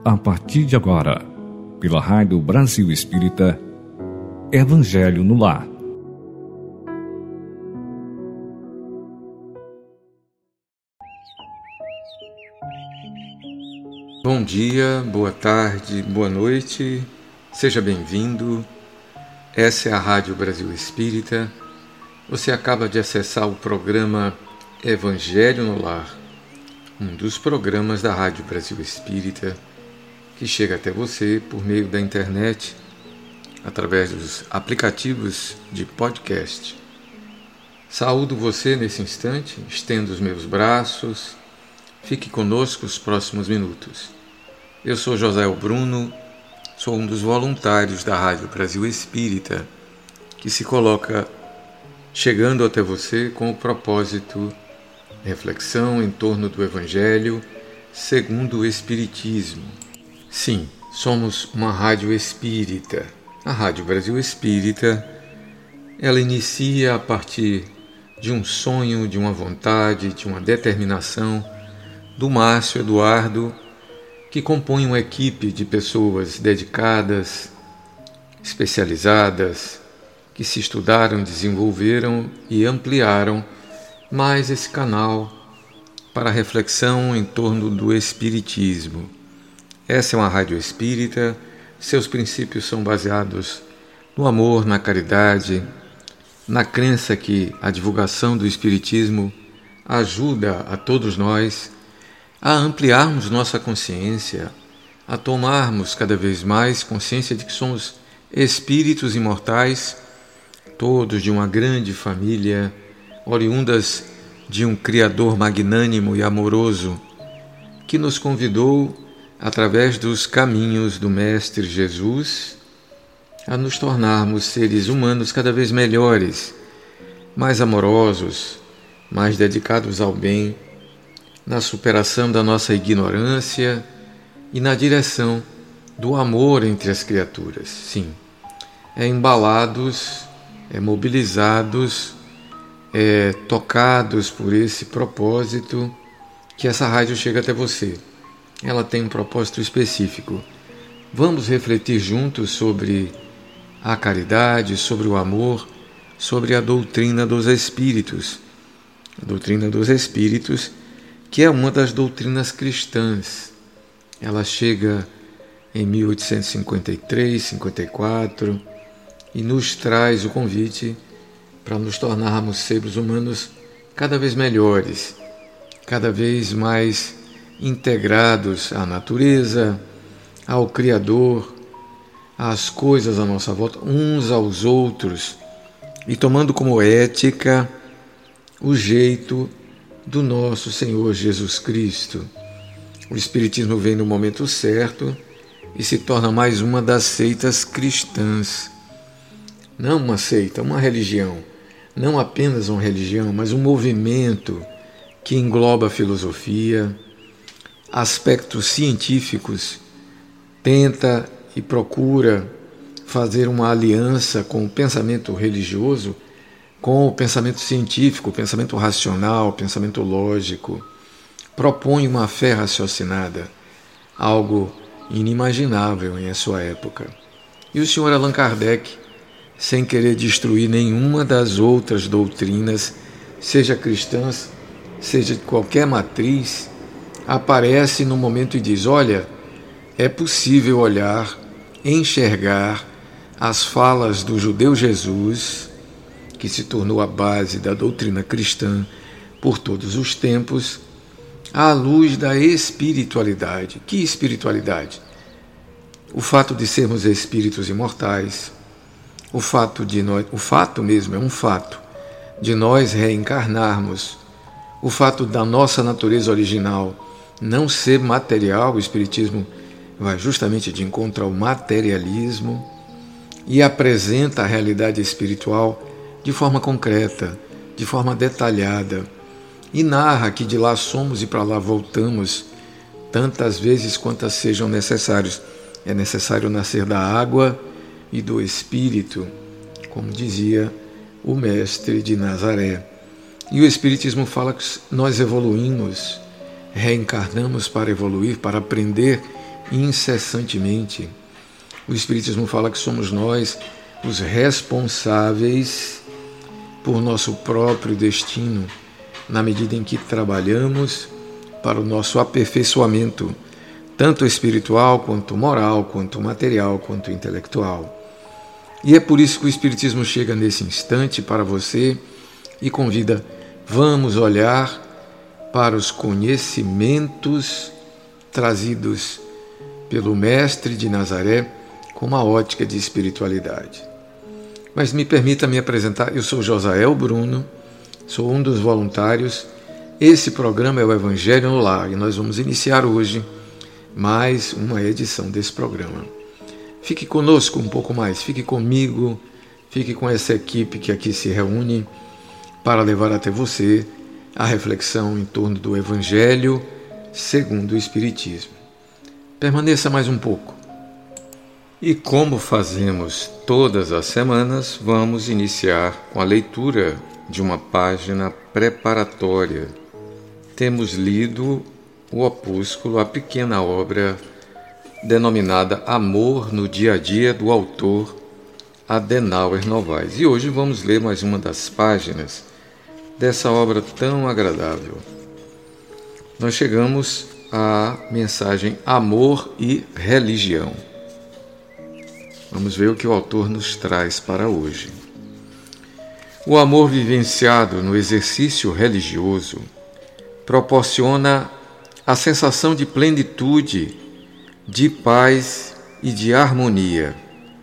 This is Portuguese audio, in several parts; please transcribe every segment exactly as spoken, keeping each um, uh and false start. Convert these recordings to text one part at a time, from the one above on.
A partir de agora, pela Rádio Brasil Espírita, Evangelho no Lar. Bom dia, boa tarde, boa noite, seja bem-vindo. Essa é a Rádio Brasil Espírita. Você acaba de acessar o programa Evangelho no Lar, um dos programas da Rádio Brasil Espírita, que chega até você por meio da internet, através dos aplicativos de podcast. Saúdo você nesse instante, estendo os meus braços, fique conosco os próximos minutos. Eu sou José Bruno, sou um dos voluntários da Rádio Brasil Espírita, que se coloca chegando até você com o propósito de reflexão em torno do Evangelho segundo o Espiritismo. Sim, somos uma rádio espírita. A Rádio Brasil Espírita, ela inicia a partir de um sonho, de uma vontade, de uma determinação do Márcio Eduardo, que compõe uma equipe de pessoas dedicadas, especializadas, que se estudaram, desenvolveram e ampliaram mais esse canal para reflexão em torno do Espiritismo. Essa é uma rádio espírita, seus princípios são baseados no amor, na caridade, na crença que a divulgação do Espiritismo ajuda a todos nós a ampliarmos nossa consciência, a tomarmos cada vez mais consciência de que somos espíritos imortais, todos de uma grande família, oriundas de um Criador magnânimo e amoroso, que nos convidou, através dos caminhos do Mestre Jesus, a nos tornarmos seres humanos cada vez melhores, mais amorosos, mais dedicados ao bem, na superação da nossa ignorância e na direção do amor entre as criaturas. Sim, é embalados, é mobilizados, é tocados por esse propósito que essa rádio chega até você. Ela tem um propósito específico. Vamos refletir juntos sobre a caridade, sobre o amor, sobre a doutrina dos Espíritos. A doutrina dos Espíritos, que é uma das doutrinas cristãs. Ela chega em mil oitocentos e cinquenta e três, cinquenta e quatro e nos traz o convite para nos tornarmos seres humanos cada vez melhores, cada vez mais integrados à natureza, ao Criador, às coisas à nossa volta, uns aos outros, e tomando como ética o jeito do nosso Senhor Jesus Cristo. O Espiritismo vem no momento certo e se torna mais uma das seitas cristãs. Não uma seita, uma religião. Não apenas uma religião, mas um movimento que engloba a filosofia, aspectos científicos, tenta e procura fazer uma aliança com o pensamento religioso, com o pensamento científico, o pensamento racional, o pensamento lógico. Propõe uma fé raciocinada, algo inimaginável em sua época. E o senhor Allan Kardec, sem querer destruir nenhuma das outras doutrinas, seja cristãs, seja de qualquer matriz, aparece no momento e diz: olha, é possível olhar, enxergar as falas do judeu Jesus, que se tornou a base da doutrina cristã por todos os tempos, à luz da espiritualidade. Que espiritualidade? O fato de sermos espíritos imortais, o fato de nós, o fato mesmo é um fato, de nós reencarnarmos, o fato da nossa natureza original não ser material. O Espiritismo vai justamente de encontro ao materialismo e apresenta a realidade espiritual de forma concreta, de forma detalhada, e narra que de lá somos e para lá voltamos tantas vezes quantas sejam necessários. É necessário nascer da água e do Espírito, como dizia o Mestre de Nazaré. E o Espiritismo fala que nós evoluímos, reencarnamos para evoluir, para aprender incessantemente. O Espiritismo fala que somos nós os responsáveis por nosso próprio destino, na medida em que trabalhamos para o nosso aperfeiçoamento, tanto espiritual, quanto moral, quanto material, quanto intelectual. E é por isso que o Espiritismo chega nesse instante para você e convida: vamos olhar para os conhecimentos trazidos pelo Mestre de Nazaré com uma ótica de espiritualidade. Mas me permita me apresentar, eu sou Josael Bruno, sou um dos voluntários. Esse programa é o Evangelho no Lar e nós vamos iniciar hoje mais uma edição desse programa. Fique conosco um pouco mais, fique comigo, fique com essa equipe que aqui se reúne para levar até você a reflexão em torno do Evangelho segundo o Espiritismo. Permaneça mais um pouco. E como fazemos todas as semanas, vamos iniciar com a leitura de uma página preparatória. Temos lido o opúsculo, a pequena obra denominada Amor no Dia a Dia, do autor Adenauer Novaes. E hoje vamos ler mais uma das páginas dessa obra tão agradável. Nós chegamos à mensagem Amor e Religião. Vamos ver o que o autor nos traz para hoje. O amor vivenciado no exercício religioso proporciona a sensação de plenitude, de paz e de harmonia.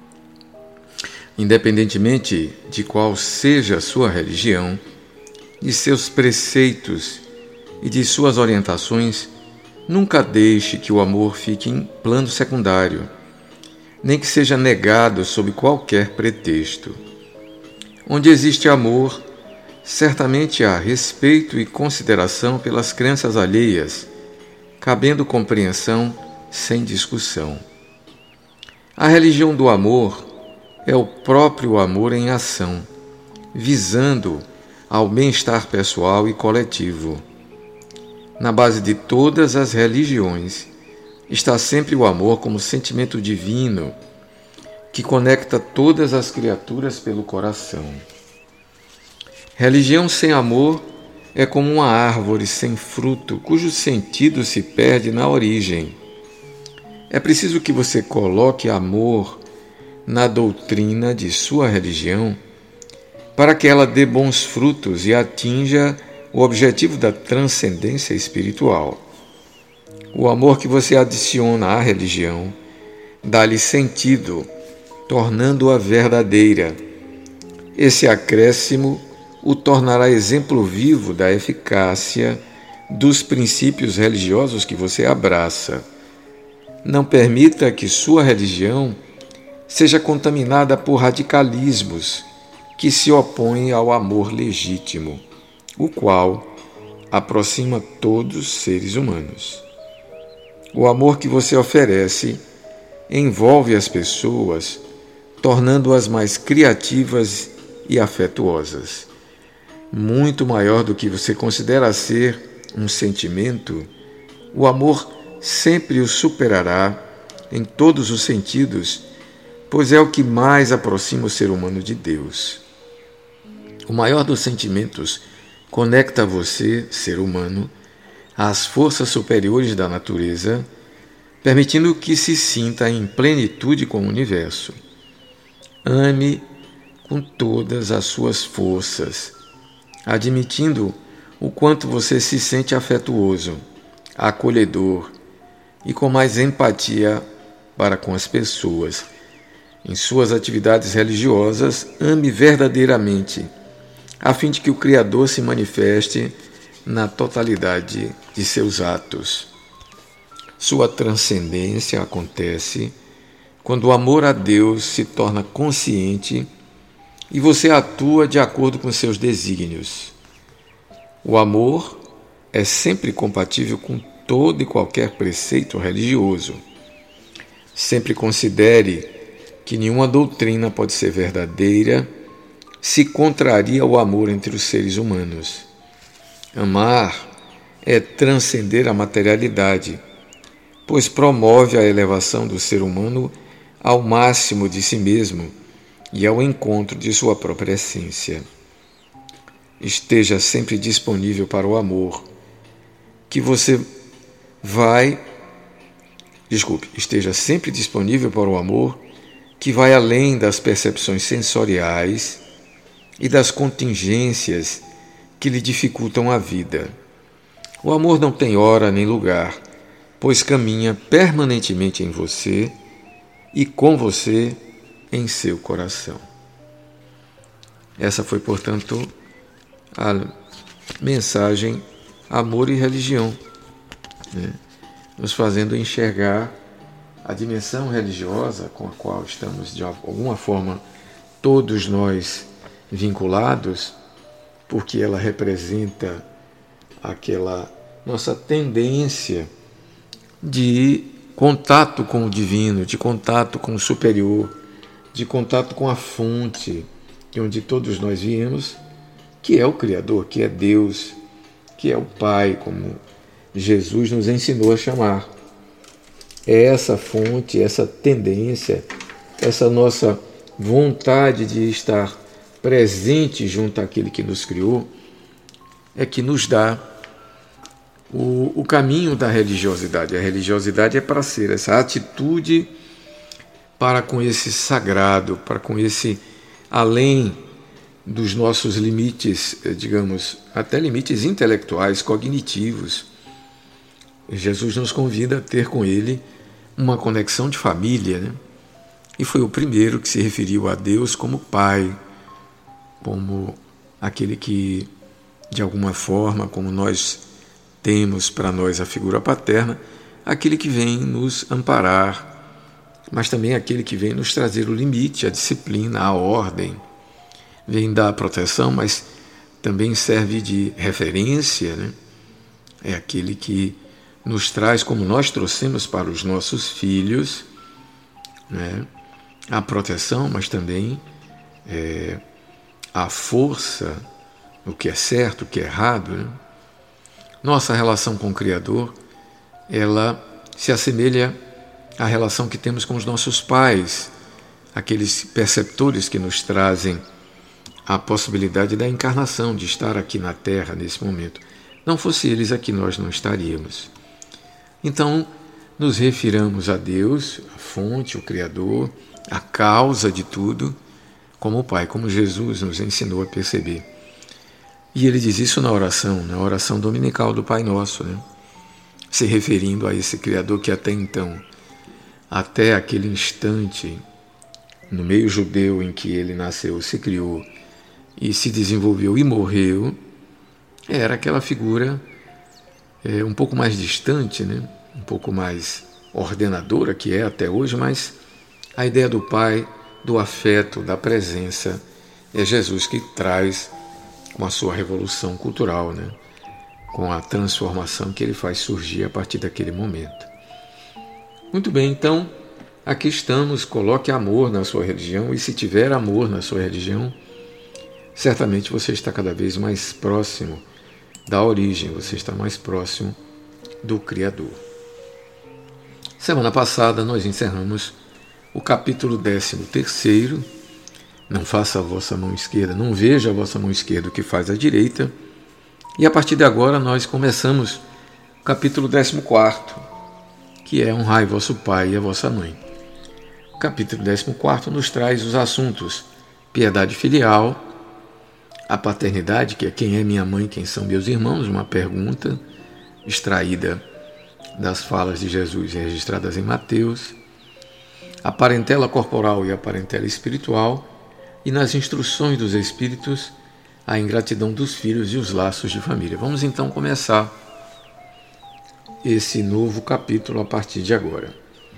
Independentemente de qual seja a sua religião, de seus preceitos e de suas orientações, nunca deixe que o amor fique em plano secundário, nem que seja negado sob qualquer pretexto. Onde existe amor, certamente há respeito e consideração pelas crenças alheias, cabendo compreensão sem discussão. A religião do amor é o próprio amor em ação, visando ao bem-estar pessoal e coletivo. Na base de todas as religiões está sempre o amor como sentimento divino que conecta todas as criaturas pelo coração. Religião sem amor é como uma árvore sem fruto, cujo sentido se perde na origem. É preciso que você coloque amor na doutrina de sua religião para que ela dê bons frutos e atinja o objetivo da transcendência espiritual. O amor que você adiciona à religião dá-lhe sentido, tornando-a verdadeira. Esse acréscimo o tornará exemplo vivo da eficácia dos princípios religiosos que você abraça. Não permita que sua religião seja contaminada por radicalismos que se opõem ao amor legítimo, o qual aproxima todos os seres humanos. O amor que você oferece envolve as pessoas, tornando-as mais criativas e afetuosas. Muito maior do que você considera ser um sentimento, o amor sempre o superará em todos os sentidos, pois é o que mais aproxima o ser humano de Deus. O maior dos sentimentos conecta você, ser humano, às forças superiores da natureza, permitindo que se sinta em plenitude com o universo. Ame com todas as suas forças, admitindo o quanto você se sente afetuoso, acolhedor e com mais empatia para com as pessoas. Em suas atividades religiosas, ame verdadeiramente, a fim de que o Criador se manifeste na totalidade de seus atos. Sua transcendência acontece quando o amor a Deus se torna consciente e você atua de acordo com seus desígnios. O amor é sempre compatível com todo e qualquer preceito religioso. Sempre considere que nenhuma doutrina pode ser verdadeira se contraria o amor entre os seres humanos. Amar é transcender a materialidade, pois promove a elevação do ser humano ao máximo de si mesmo e ao encontro de sua própria essência. Esteja sempre disponível para o amor, que você vai... Desculpe, esteja sempre disponível para o amor, que vai além das percepções sensoriais e das contingências que lhe dificultam a vida. O amor não tem hora nem lugar, pois caminha permanentemente em você e com você em seu coração. Essa foi, portanto, a mensagem Amor e Religião, né? Nos fazendo enxergar a dimensão religiosa com a qual estamos, de alguma forma, todos nós vinculados, porque ela representa aquela nossa tendência de contato com o divino, de contato com o superior, de contato com a fonte de onde todos nós viemos, que é o Criador, que é Deus, que é o Pai, como Jesus nos ensinou a chamar. É essa fonte, essa tendência, essa nossa vontade de estar presente junto àquele que nos criou, é que nos dá o, o caminho da religiosidade. A religiosidade é para ser essa atitude para com esse sagrado, para com esse além dos nossos limites, digamos, até limites intelectuais, cognitivos. Jesus nos convida a ter com Ele uma conexão de família, né? E foi o primeiro que se referiu a Deus como Pai, como aquele que, de alguma forma, como nós temos para nós a figura paterna, aquele que vem nos amparar, mas também aquele que vem nos trazer o limite, a disciplina, a ordem, vem dar proteção, mas também serve de referência, né? É aquele que nos traz, como nós trouxemos para os nossos filhos, né? A proteção, mas também é, a força, o que é certo, o que é errado, né? Nossa relação com o Criador, ela se assemelha à relação que temos com os nossos pais, aqueles perceptores que nos trazem a possibilidade da encarnação, de estar aqui na Terra nesse momento. Não fosse eles, aqui nós não estaríamos. Então, nos refiramos a Deus, a fonte, o Criador, a causa de tudo, como o Pai, como Jesus nos ensinou a perceber. E ele diz isso na oração, na oração dominical do Pai Nosso, né? Se referindo a esse Criador que até então, até aquele instante, no meio judeu em que ele nasceu, se criou e se desenvolveu e morreu, era aquela figura é, um pouco mais distante, né? Um pouco mais ordenadora, que é até hoje, mas a ideia do Pai, do afeto, da presença, é Jesus que traz com a sua revolução cultural, né? Com a transformação que ele faz surgir a partir daquele momento. Muito bem, então, aqui estamos, coloque amor na sua religião, e se tiver amor na sua religião, certamente você está cada vez mais próximo da origem, você está mais próximo do Criador. Semana passada nós encerramos o capítulo décimo terceiro, não faça a vossa mão esquerda, não veja a vossa mão esquerda o que faz a direita, e a partir de agora nós começamos o capítulo décimo quarto, que é honrai vosso pai e a vossa mãe. O capítulo décimo quarto nos traz os assuntos piedade filial, a paternidade, que é quem é minha mãe, quem são meus irmãos, uma pergunta extraída das falas de Jesus registradas em Mateus, a parentela corporal e a parentela espiritual, e nas instruções dos Espíritos, a ingratidão dos filhos e os laços de família. Vamos então começar esse novo capítulo a partir de agora.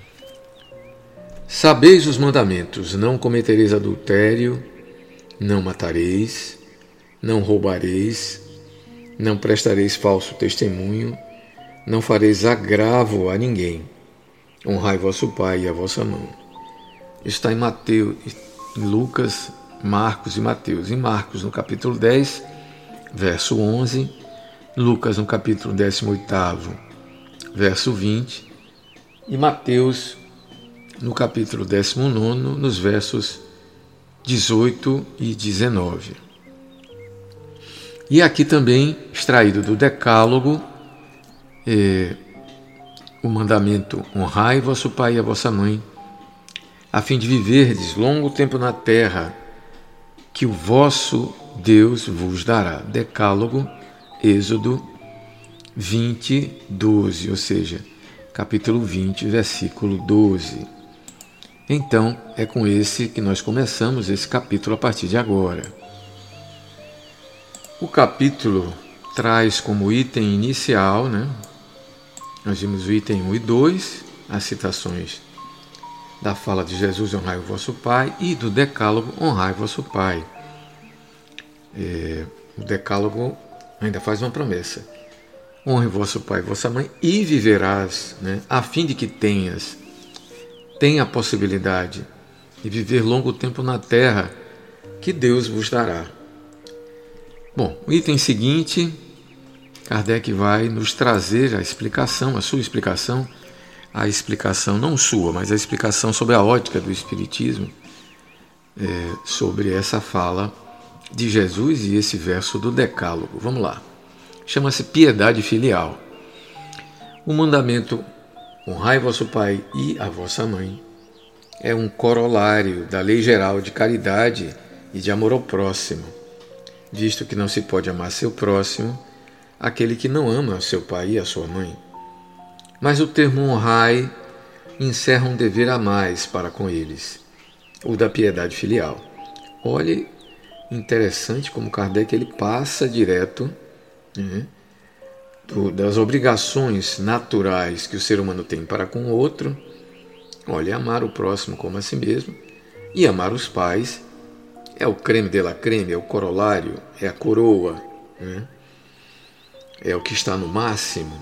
Sabeis os mandamentos: não cometereis adultério, não matareis, não roubareis, não prestareis falso testemunho, não fareis agravo a ninguém, honrai vosso pai e a vossa mãe. Está em Mateus, em Lucas, Marcos e Mateus. Em Marcos, no capítulo dez, verso onze, Lucas, no capítulo décimo oitavo, verso vinte, e Mateus, no capítulo dezenove, nos versos dezoito e dezenove. E aqui também, extraído do Decálogo, é, o mandamento: honrai vosso pai e a vossa mãe, a fim de viverdes longo tempo na terra, que o vosso Deus vos dará. Decálogo, Êxodo vinte, doze, ou seja, capítulo vinte, versículo doze. Então, é com esse que nós começamos esse capítulo a partir de agora. O capítulo traz como item inicial, né? Nós vimos o item um e dois, as citações da fala de Jesus, honrai o vosso pai, e do Decálogo, honrai o vosso pai. É, o Decálogo ainda faz uma promessa: honre vosso pai e vossa mãe e viverás, né? A fim de que tenhas, tenha a possibilidade de viver longo tempo na terra que Deus vos dará. Bom, o item seguinte, Kardec vai nos trazer a explicação, a sua explicação, a explicação não sua, mas a explicação sobre a ótica do Espiritismo, é, sobre essa fala de Jesus e esse verso do Decálogo. Vamos lá. Chama-se piedade filial. O mandamento honrai vosso pai e a vossa mãe é um corolário da lei geral de caridade e de amor ao próximo, visto que não se pode amar seu próximo aquele que não ama seu pai e a sua mãe. Mas o termo honrai encerra um dever a mais para com eles, o da piedade filial. Olhe, interessante como Kardec ele passa direto, né, do, das obrigações naturais que o ser humano tem para com o outro. Olha, amar o próximo como a si mesmo e amar os pais é o creme de la creme, é o corolário, é a coroa, né? É o que está no máximo,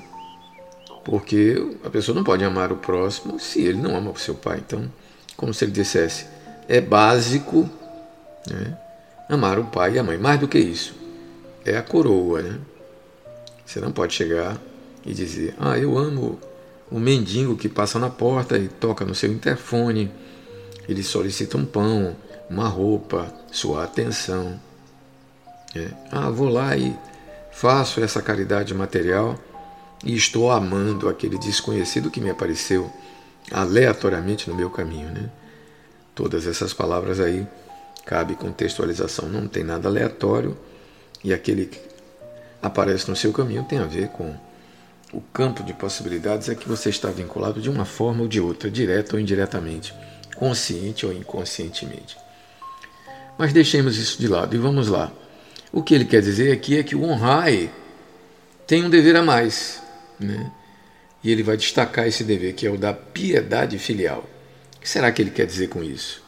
porque a pessoa não pode amar o próximo se ele não ama o seu pai. Então, como se ele dissesse, é básico, né, amar o pai e a mãe. Mais do que isso, é a coroa, né? Você não pode chegar e dizer: ah, eu amo o mendigo que passa na porta e toca no seu interfone, ele solicita um pão, uma roupa, sua atenção. É. Ah, vou lá e faço essa caridade material e estou amando aquele desconhecido que me apareceu aleatoriamente no meu caminho, né? Todas essas palavras aí cabe contextualização, não tem nada aleatório, e aquele que aparece no seu caminho tem a ver com o campo de possibilidades a que você está vinculado de uma forma ou de outra, direta ou indiretamente, consciente ou inconscientemente. Mas deixemos isso de lado e vamos lá. O que ele quer dizer aqui é que o honrai tem um dever a mais, né? E ele vai destacar esse dever, que é o da piedade filial. O que será que ele quer dizer com isso?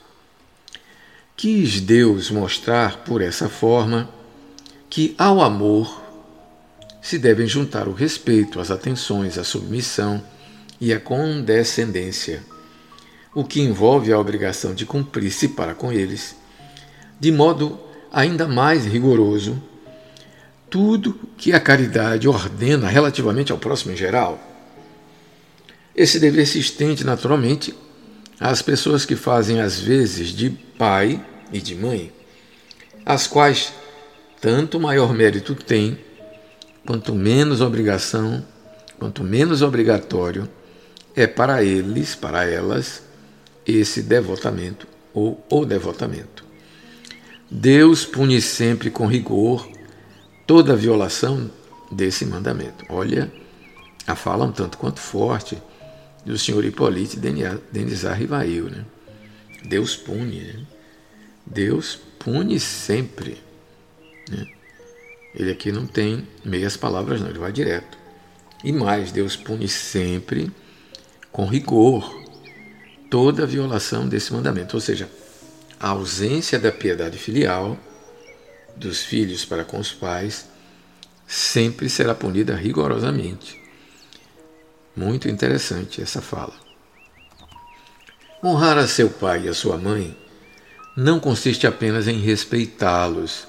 Quis Deus mostrar, por essa forma, que ao amor se devem juntar o respeito, as atenções, a submissão e a condescendência, o que envolve a obrigação de cumprir-se para com eles, de modo ainda mais rigoroso, tudo que a caridade ordena relativamente ao próximo em geral. Esse dever se estende naturalmente às pessoas que fazem às vezes de pai e de mãe, as quais tanto maior mérito têm, quanto menos obrigação, quanto menos obrigatório é para eles, para elas, esse devotamento ou o devotamento. Deus pune sempre com rigor toda violação desse mandamento. Olha a fala um tanto quanto forte do senhor Hipólito Denizar Rivail, né? Deus pune, né? Deus pune sempre, né? Ele aqui não tem meias palavras, não, ele vai direto. E mais, Deus pune sempre, com rigor, toda violação desse mandamento. Ou seja, a ausência da piedade filial dos filhos para com os pais sempre será punida rigorosamente. Muito interessante essa fala. Honrar a seu pai e a sua mãe não consiste apenas em respeitá-los.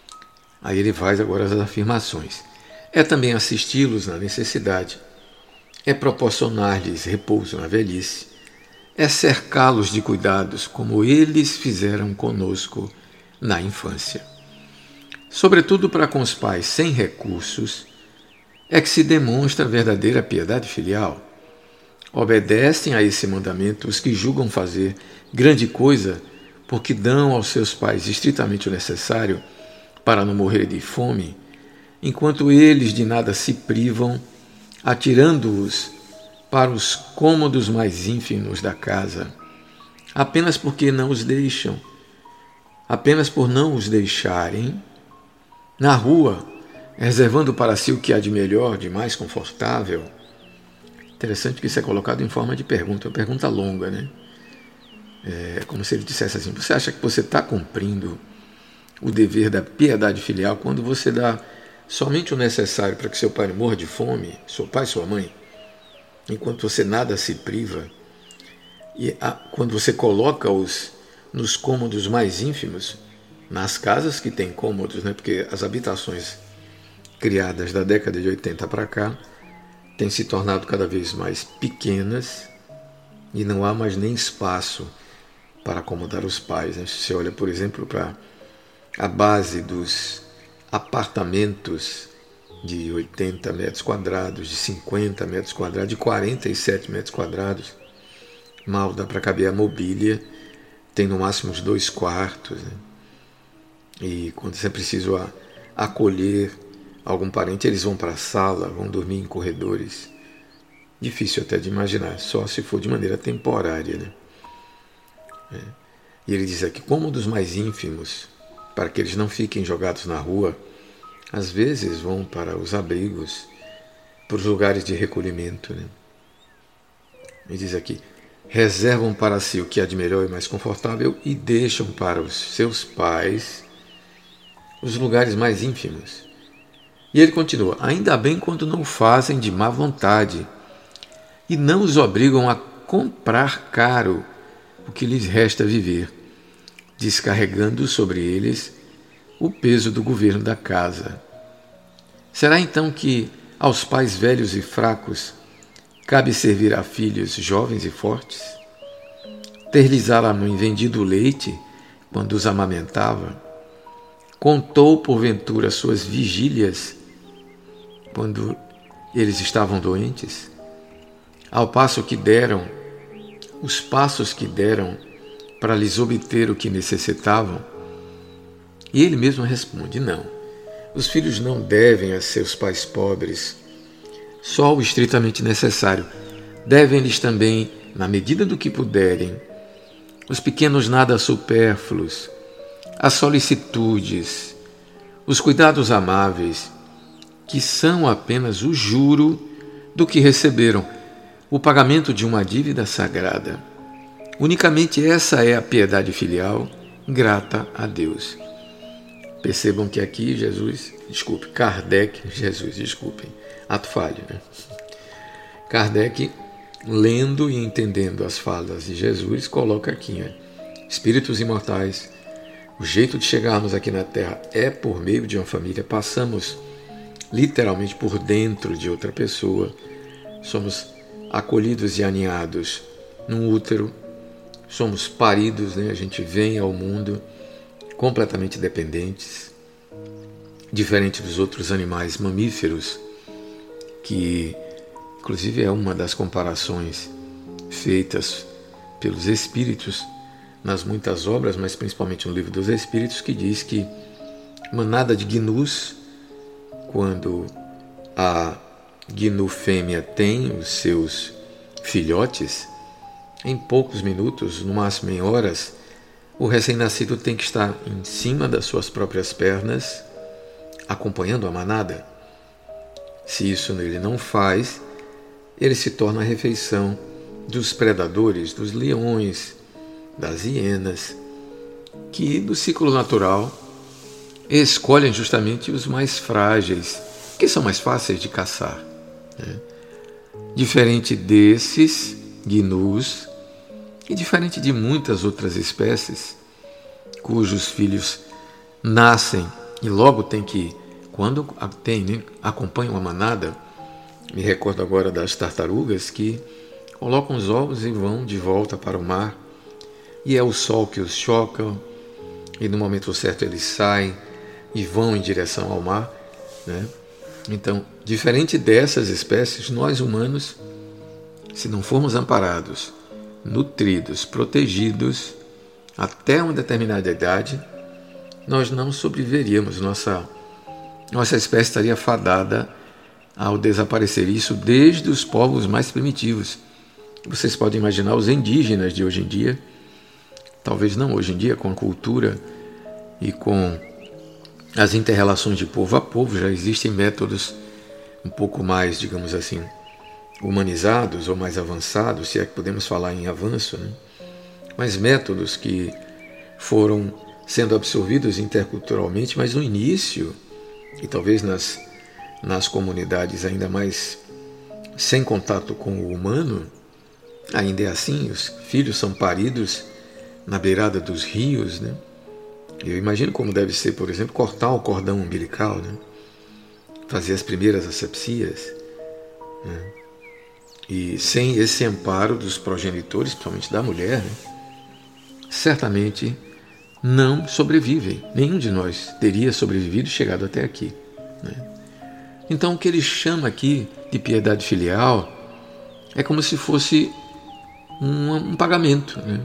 Aí ele faz agora as afirmações. É também assisti-los na necessidade, é proporcionar-lhes repouso na velhice, é cercá-los de cuidados como eles fizeram conosco na infância. Sobretudo para com os pais sem recursos, é que se demonstra a verdadeira piedade filial. Obedecem a esse mandamento os que julgam fazer grande coisa porque dão aos seus pais estritamente o necessário para não morrer de fome, enquanto eles de nada se privam, atirando-os para os cômodos mais ínfimos da casa, apenas porque não os deixam, apenas por não os deixarem, na rua, reservando para si o que há de melhor, de mais confortável. Interessante que isso é colocado em forma de pergunta, uma pergunta longa, né? É como se ele dissesse assim: você acha que você está cumprindo o dever da piedade filial quando você dá somente o necessário para que seu pai não morra de fome, seu pai e sua mãe, enquanto você nada se priva, e a, quando você coloca-os nos cômodos mais ínfimos, nas casas que têm cômodos, né? Porque as habitações criadas da década de oitenta para cá têm se tornado cada vez mais pequenas e não há mais nem espaço para acomodar os pais, né? Se você olha, por exemplo, para a base dos apartamentos de oitenta metros quadrados, de cinquenta metros quadrados, de quarenta e sete metros quadrados, mal dá para caber a mobília, tem no máximo uns dois quartos, né? E quando você precisa acolher algum parente, eles vão para a sala, vão dormir em corredores. Difícil até de imaginar, só se for de maneira temporária, né? É. E ele diz aqui, como dos mais ínfimos, para que eles não fiquem jogados na rua, às vezes vão para os abrigos, para os lugares de recolhimento, né? Ele diz aqui, reservam para si o que há de melhor e mais confortável e deixam para os seus pais os lugares mais ínfimos. E ele continua, ainda bem quando não fazem de má vontade e não os obrigam a comprar caro o que lhes resta viver, descarregando sobre eles o peso do governo da casa. Será então que aos pais velhos e fracos cabe servir a filhos jovens e fortes? Ter-lhes a mãe vendido o leite quando os amamentava? Contou porventura suas vigílias quando eles estavam doentes? Ao passo que deram, os passos que deram para lhes obter o que necessitavam? E ele mesmo responde, não, os filhos não devem a seus pais pobres só o estritamente necessário, devem-lhes também, na medida do que puderem, os pequenos nada supérfluos, as solicitudes, os cuidados amáveis, que são apenas o juro do que receberam, o pagamento de uma dívida sagrada. Unicamente essa é a piedade filial grata a Deus. Percebam que aqui Jesus, desculpe, Kardec, Jesus, desculpem, ato falho, né? Kardec, lendo e entendendo as falas de Jesus, coloca aqui, né? Espíritos imortais, o jeito de chegarmos aqui na Terra é por meio de uma família, passamos literalmente por dentro de outra pessoa, somos acolhidos e aninhados num útero, somos paridos, né? A gente vem ao mundo completamente dependentes, diferente dos outros animais mamíferos, que inclusive é uma das comparações feitas pelos espíritos nas muitas obras, mas principalmente no Livro dos Espíritos, que diz que manada de gnus, quando a gnu fêmea tem os seus filhotes, em poucos minutos, no máximo em horas, o recém-nascido tem que estar em cima das suas próprias pernas, acompanhando a manada. Se isso ele não faz, ele se torna a refeição dos predadores, dos leões, das hienas, que do ciclo natural escolhem justamente os mais frágeis, que são mais fáceis de caçar, né? Diferente desses gnus, e diferente de muitas outras espécies, cujos filhos nascem e logo tem que, quando tem, né, acompanham a manada, Me recordo agora das tartarugas que colocam os ovos e vão de volta para o mar, e é o sol que os choca, e no momento certo eles saem e vão em direção ao mar, né? Então, diferente dessas espécies, nós humanos, se não formos amparados, nutridos, protegidos até uma determinada idade, nós não sobreviveríamos. Nossa, nossa espécie estaria fadada ao desaparecer. Isso desde os povos mais primitivos. Vocês podem imaginar os indígenas de hoje em dia, talvez não hoje em dia, com a cultura e com as inter-relações de povo a povo, já existem métodos um pouco mais, digamos assim, humanizados ou mais avançados, se é que podemos falar em avanço, né? Mas métodos que foram sendo absorvidos interculturalmente, mas no início, e talvez nas, nas comunidades ainda mais sem contato com o humano, ainda é assim, os filhos são paridos na beirada dos rios, né? Eu imagino como deve ser, por exemplo, cortar o cordão umbilical, né? Fazer as primeiras asepsias, né? E sem esse amparo dos progenitores, principalmente da mulher, né? Certamente não sobrevivem. Nenhum de nós teria sobrevivido e chegado até aqui, né? Então o que ele chama aqui de piedade filial é como se fosse um, um pagamento, né?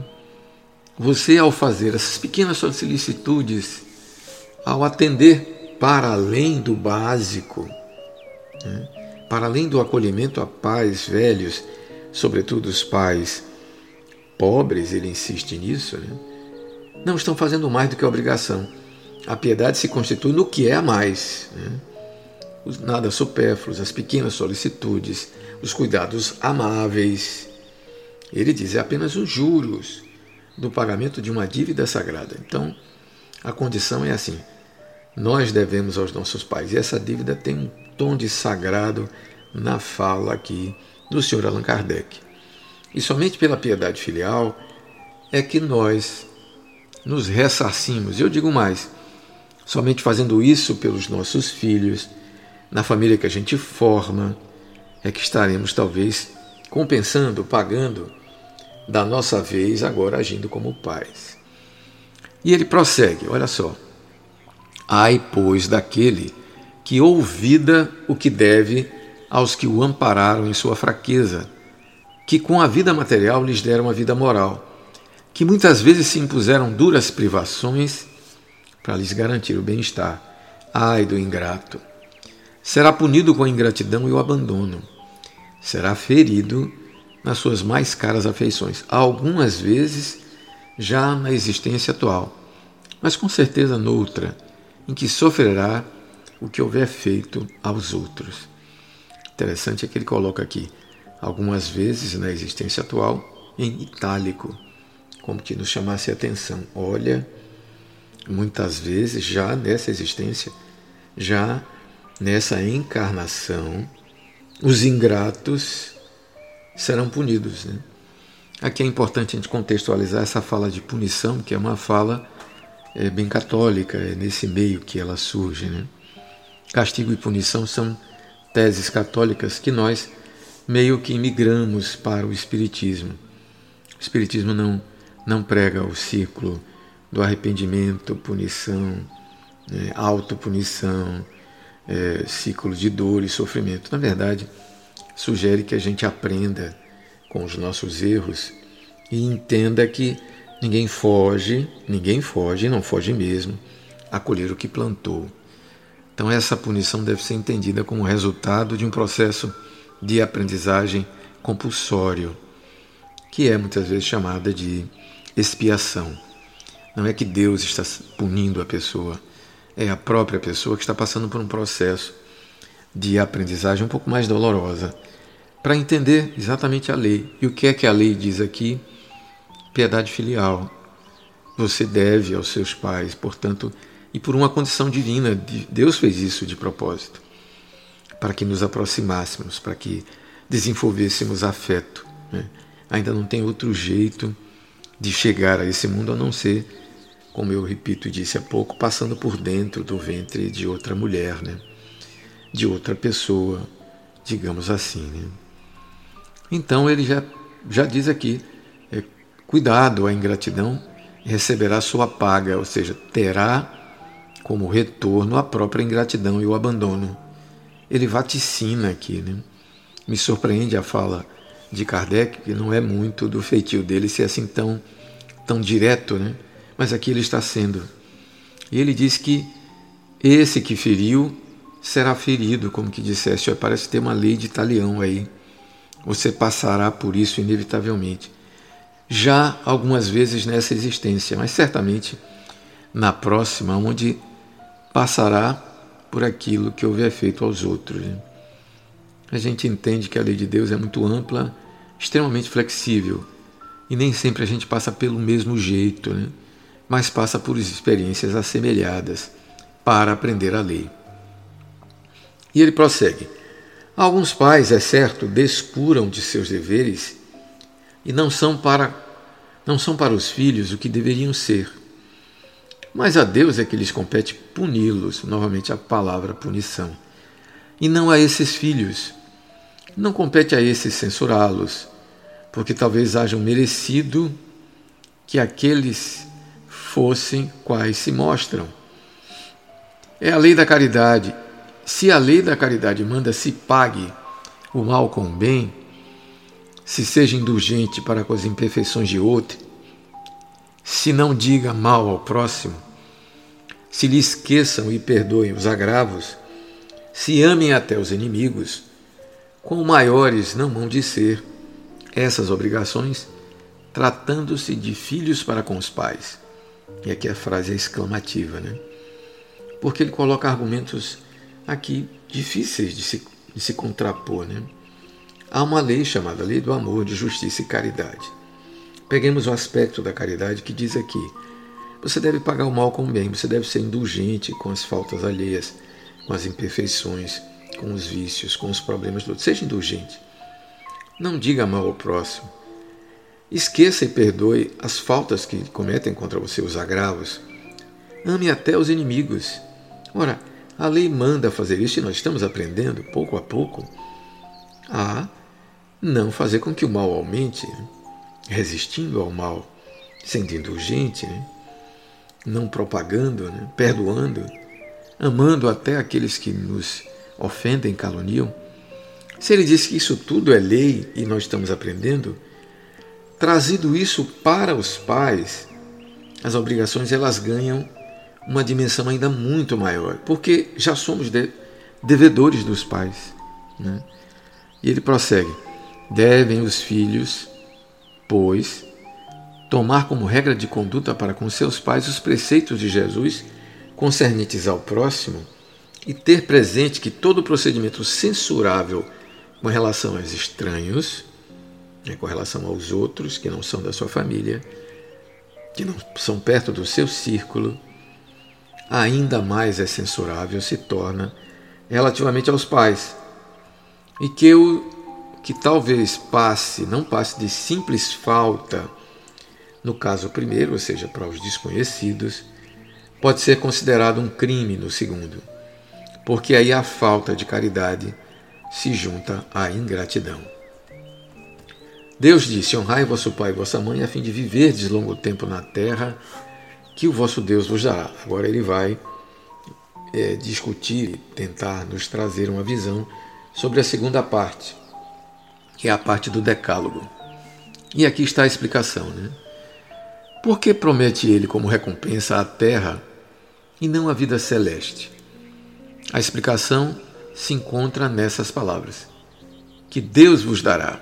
Você, ao fazer essas pequenas solicitudes, ao atender para além do básico, né? Para além do acolhimento a pais velhos, sobretudo os pais pobres, ele insiste nisso, né? Não estão fazendo mais do que a obrigação. A piedade se constitui no que é a mais, né? Os nada supérfluos, as pequenas solicitudes, os cuidados amáveis. Ele diz, é apenas os juros do pagamento de uma dívida sagrada. Então, a condição é assim, nós devemos aos nossos pais, e essa dívida tem um tom de sagrado na fala aqui do senhor Allan Kardec. E somente pela piedade filial é que nós nos ressarcimos. Eu digo mais, somente fazendo isso pelos nossos filhos, na família que a gente forma, é que estaremos talvez compensando, pagando da nossa vez, agora agindo como pais. E ele prossegue, olha só. Ai, pois, daquele que ouvida o que deve aos que o ampararam em sua fraqueza, que com a vida material lhes deram a vida moral, que muitas vezes se impuseram duras privações para lhes garantir o bem-estar. Ai do ingrato! Será punido com a ingratidão e o abandono. Será ferido nas suas mais caras afeições, algumas vezes já na existência atual, mas com certeza noutra, em que sofrerá o que houver feito aos outros. Interessante é que ele coloca aqui, algumas vezes na existência atual, em itálico, como que nos chamasse a atenção. Olha, muitas vezes já nessa existência, já nessa encarnação, os ingratos serão punidos, né? Aqui é importante a gente contextualizar essa fala de punição, que é uma fala é, bem católica, é nesse meio que ela surge, né? Castigo e punição são teses católicas que nós meio que migramos para o Espiritismo. O Espiritismo não, não prega o ciclo do arrependimento, punição, né, autopunição, é, ciclo de dor e sofrimento. Na verdade, sugere que a gente aprenda com os nossos erros e entenda que ninguém foge, ninguém foge, não foge mesmo, a colher o que plantou. Então essa punição deve ser entendida como resultado de um processo de aprendizagem compulsório, que é muitas vezes chamada de expiação. Não é que Deus está punindo a pessoa, é a própria pessoa que está passando por um processo de aprendizagem um pouco mais dolorosa, para entender exatamente a lei. E o que é que a lei diz aqui? Piedade filial. Você deve aos seus pais, portanto, e por uma condição divina, Deus fez isso de propósito, para que nos aproximássemos, para que desenvolvêssemos afeto, né? Ainda não tem outro jeito de chegar a esse mundo a não ser, como eu repito e disse há pouco, passando por dentro do ventre de outra mulher, né? De outra pessoa digamos assim, né? Então ele já, já diz aqui, é, cuidado, a ingratidão receberá sua paga, ou seja, terá como retorno a própria ingratidão e o abandono. Ele vaticina aqui, né? Me surpreende a fala de Kardec, que não é muito do feitio dele ser assim tão, tão direto, né? Mas aqui ele está sendo. E ele diz que esse que feriu será ferido, como que disseste, parece ter uma lei de talião aí. Você passará por isso inevitavelmente. Já algumas vezes nessa existência, mas certamente na próxima, onde passará por aquilo que houver feito aos outros. A gente entende que a lei de Deus é muito ampla, extremamente flexível, e nem sempre a gente passa pelo mesmo jeito, né? Mas passa por experiências assemelhadas para aprender a lei. E ele prossegue. Alguns pais, é certo, descuram de seus deveres e não são para, não são para os filhos o que deveriam ser. Mas a Deus é que lhes compete puni-los, novamente a palavra punição, e não a esses filhos. Não compete a esses censurá-los, porque talvez hajam merecido que aqueles fossem quais se mostram. É a lei da caridade. Se a lei da caridade manda se pague o mal com o bem, se seja indulgente para com as imperfeições de outro, se não diga mal ao próximo, se lhe esqueçam e perdoem os agravos, se amem até os inimigos, quão maiores não hão de ser essas obrigações, tratando-se de filhos para com os pais. E aqui a frase é exclamativa, né? Porque ele coloca argumentos aqui difíceis de se, de se contrapor, né? Há uma lei chamada Lei do Amor, de Justiça e Caridade. Peguemos o aspecto da caridade que diz aqui: você deve pagar o mal com o bem, você deve ser indulgente com as faltas alheias, com as imperfeições, com os vícios, com os problemas do outro. Seja indulgente. Não diga mal ao próximo. Esqueça e perdoe as faltas que cometem contra você, os agravos. Ame até os inimigos. Ora, a lei manda fazer isso e nós estamos aprendendo, pouco a pouco, a não fazer com que o mal aumente, né? Resistindo ao mal, sendo indulgente, né? Não propagando, né? Perdoando, amando até aqueles que nos ofendem, caluniam. Se ele diz que isso tudo é lei e nós estamos aprendendo, trazido isso para os pais, as obrigações elas ganham uma dimensão ainda muito maior, porque já somos de, devedores dos pais, né? E ele prossegue: devem os filhos, pois, tomar como regra de conduta para com seus pais os preceitos de Jesus concernentes ao próximo e ter presente que todo procedimento censurável com relação aos estranhos, né, com relação aos outros que não são da sua família, que não são perto do seu círculo, ainda mais é censurável se torna relativamente aos pais. E que o que talvez passe, não passe de simples falta, no caso primeiro, ou seja, para os desconhecidos, pode ser considerado um crime no segundo, porque aí a falta de caridade se junta à ingratidão. Deus disse: honrai vosso pai e vossa mãe, a fim de viverdes longo tempo na terra, que o vosso Deus vos dará. Agora ele vai é, discutir e tentar nos trazer uma visão sobre a segunda parte, que é a parte do decálogo. E aqui está a explicação, né? Por que promete ele como recompensa a terra e não a vida celeste? A explicação se encontra nessas palavras: que Deus vos dará,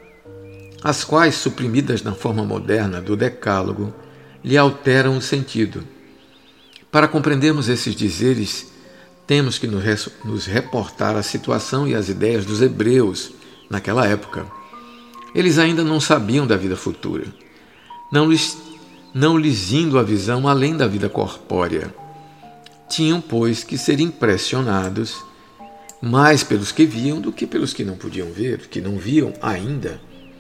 as quais, suprimidas na forma moderna do decálogo, lhe alteram o sentido. Para compreendermos esses dizeres, temos que nos reportar à situação e às ideias dos hebreus naquela época. Eles ainda não sabiam da vida futura, não lhes, não lhes indo a visão além da vida corpórea. Tinham, pois, que ser impressionados mais pelos que viam do que pelos que não podiam ver, que não viam ainda.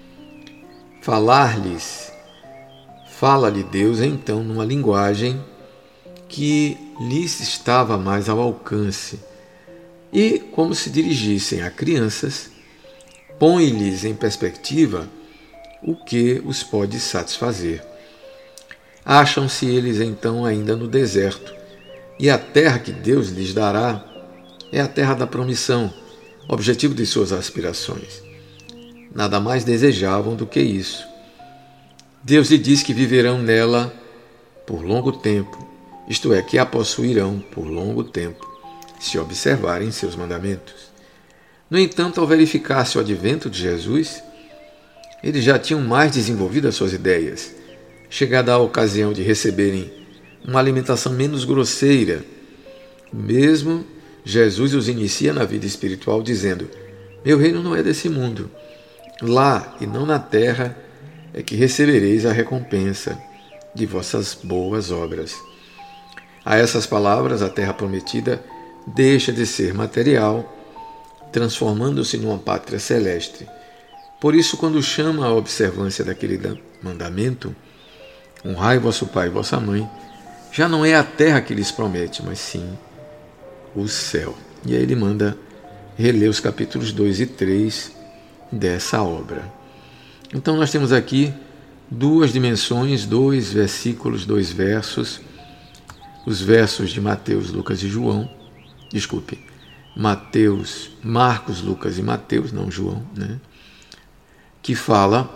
Falar-lhes, fala-lhe Deus então numa linguagem que lhes estava mais ao alcance, e, como se dirigissem a crianças, põe-lhes em perspectiva o que os pode satisfazer. Acham-se eles então ainda no deserto, e a terra que Deus lhes dará é a terra da promissão, objetivo de suas aspirações. Nada mais desejavam do que isso. Deus lhe diz que viverão nela por longo tempo, isto é, que a possuirão por longo tempo, se observarem seus mandamentos. No entanto, ao verificar-se o advento de Jesus, eles já tinham mais desenvolvido as suas ideias, chegada a ocasião de receberem uma alimentação menos grosseira. Mesmo Jesus os inicia na vida espiritual dizendo: meu reino não é desse mundo. Lá e não na terra é que recebereis a recompensa de vossas boas obras. A essas palavras, a terra prometida deixa de ser material, transformando-se numa pátria celeste. Por isso, quando chama a observância daquele mandamento, honrai vosso pai e vossa mãe, já não é a terra que lhes promete, mas sim o céu. E aí ele manda reler os capítulos dois e três dessa obra. Então nós temos aqui duas dimensões, dois versículos, dois versos, os versos de Mateus, Lucas e João, desculpe, Mateus, Marcos, Lucas e Mateus, não João, né? Que fala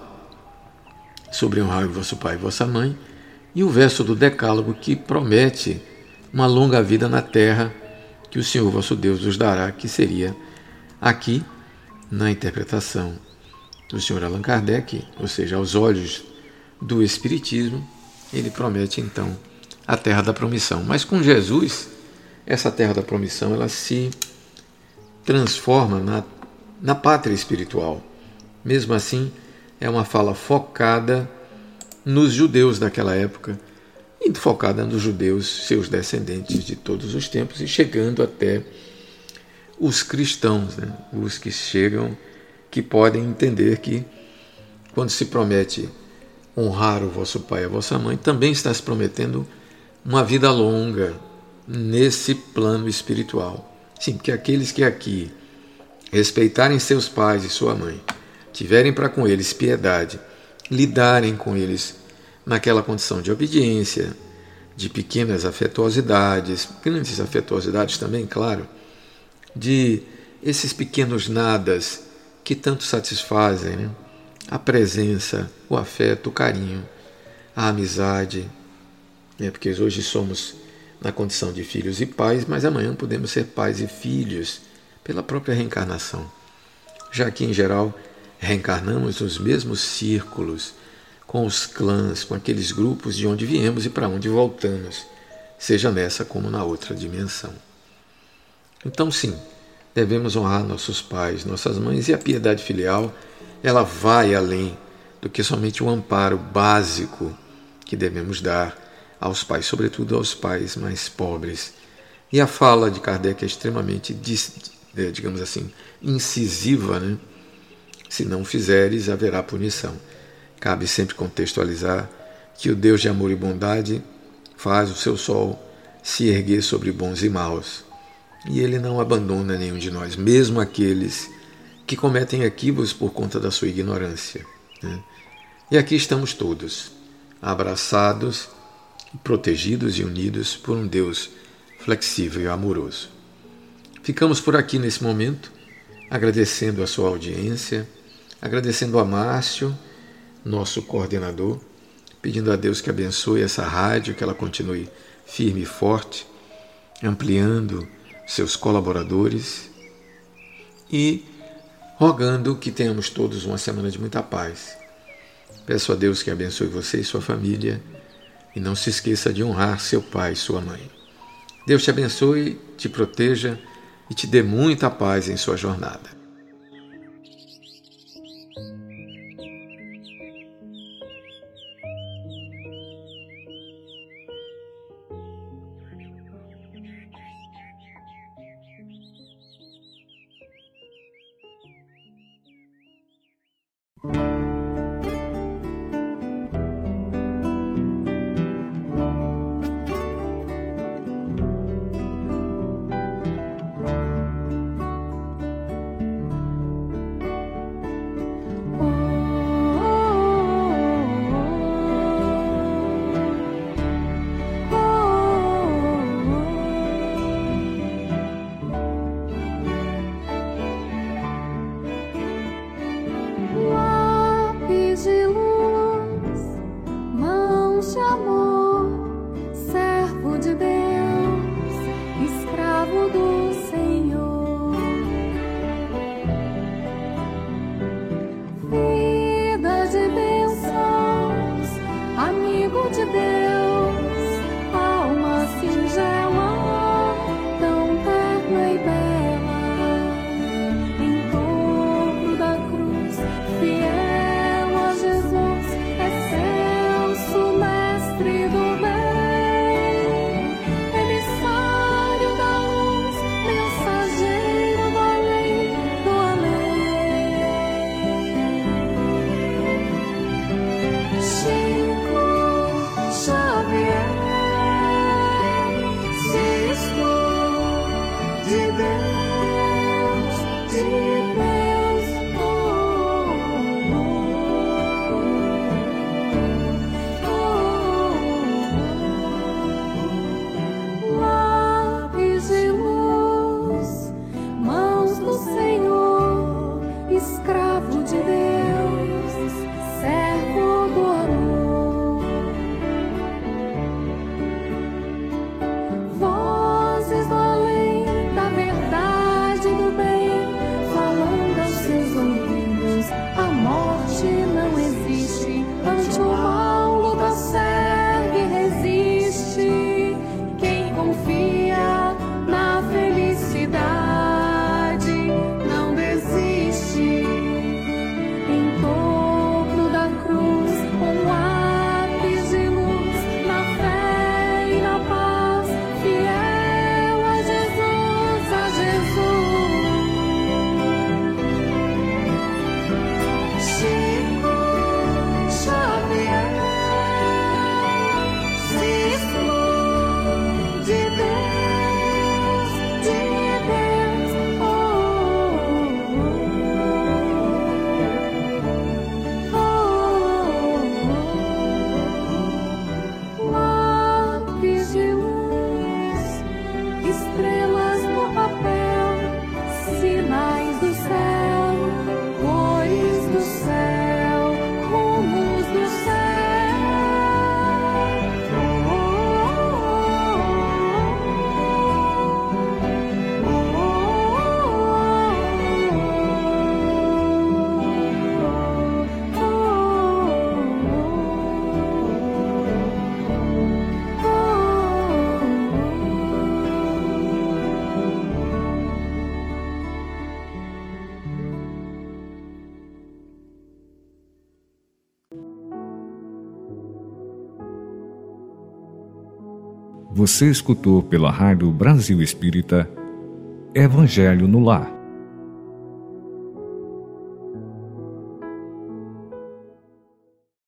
sobre honrar o vosso pai e vossa mãe, e o verso do Decálogo que promete uma longa vida na terra que o Senhor vosso Deus vos dará, que seria aqui, na interpretação do senhor Allan Kardec, ou seja, aos olhos do Espiritismo, ele promete então a terra da promissão. Mas com Jesus, essa terra da promissão ela se transforma na, na pátria espiritual. Mesmo assim, é uma fala focada nos judeus daquela época e focada nos judeus, seus descendentes de todos os tempos, e chegando até os cristãos, né? Os que chegam, que podem entender que quando se promete honrar o vosso pai e a vossa mãe, também está se prometendo uma vida longa nesse plano espiritual. Sim, porque aqueles que aqui respeitarem seus pais e sua mãe, tiverem para com eles piedade, lidarem com eles naquela condição de obediência, de pequenas afetuosidades, grandes afetuosidades também, claro, de esses pequenos nadas que tanto satisfazem, né? A presença, o afeto, o carinho, a amizade, né? Porque hoje somos na condição de filhos e pais, mas amanhã podemos ser pais e filhos pela própria reencarnação, já que em geral reencarnamos nos mesmos círculos, com os clãs, com aqueles grupos de onde viemos e para onde voltamos, seja nessa como na outra dimensão. Então sim, devemos honrar nossos pais, nossas mães, e a piedade filial, ela vai além do que somente o amparo básico que devemos dar aos pais, sobretudo aos pais mais pobres. E a fala de Kardec é extremamente, digamos assim, incisiva, né? Se não fizeres, haverá punição. Cabe sempre contextualizar que o Deus de amor e bondade faz o seu sol se erguer sobre bons e maus. E ele não abandona nenhum de nós, mesmo aqueles que cometem equívocos por conta da sua ignorância, né? E aqui estamos todos, abraçados, protegidos e unidos por um Deus flexível e amoroso. Ficamos por aqui nesse momento, agradecendo a sua audiência, agradecendo a Márcio, nosso coordenador, pedindo a Deus que abençoe essa rádio, que ela continue firme e forte, ampliando seus colaboradores e rogando que tenhamos todos uma semana de muita paz. Peço a Deus que abençoe você e sua família e não se esqueça de honrar seu pai e sua mãe. Deus te abençoe, te proteja e te dê muita paz em sua jornada. Você escutou pela Rádio Brasil Espírita Evangelho no Lar.